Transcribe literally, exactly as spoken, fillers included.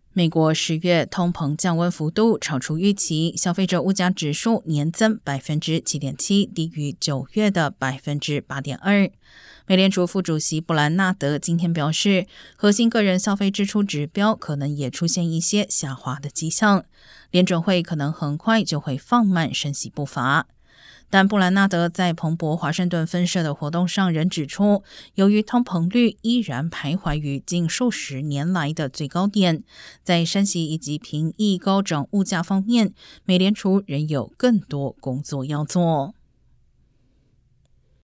美国十月通膨降温幅度超出预期，消费者物价指数年增 百分之七点七， 低于九月的 百分之八点二。 美联储副主席布兰纳德今天表示，核心个人消费支出指标可能也出现一些下滑的迹象，联准会可能很快就会放慢升息步伐。但布兰纳德在彭博华盛顿分社的活动上仍指出，由于通膨率依然徘徊于近数十年来的最高点，在升息以及平抑高涨物价方面，美联储仍有更多工作要做。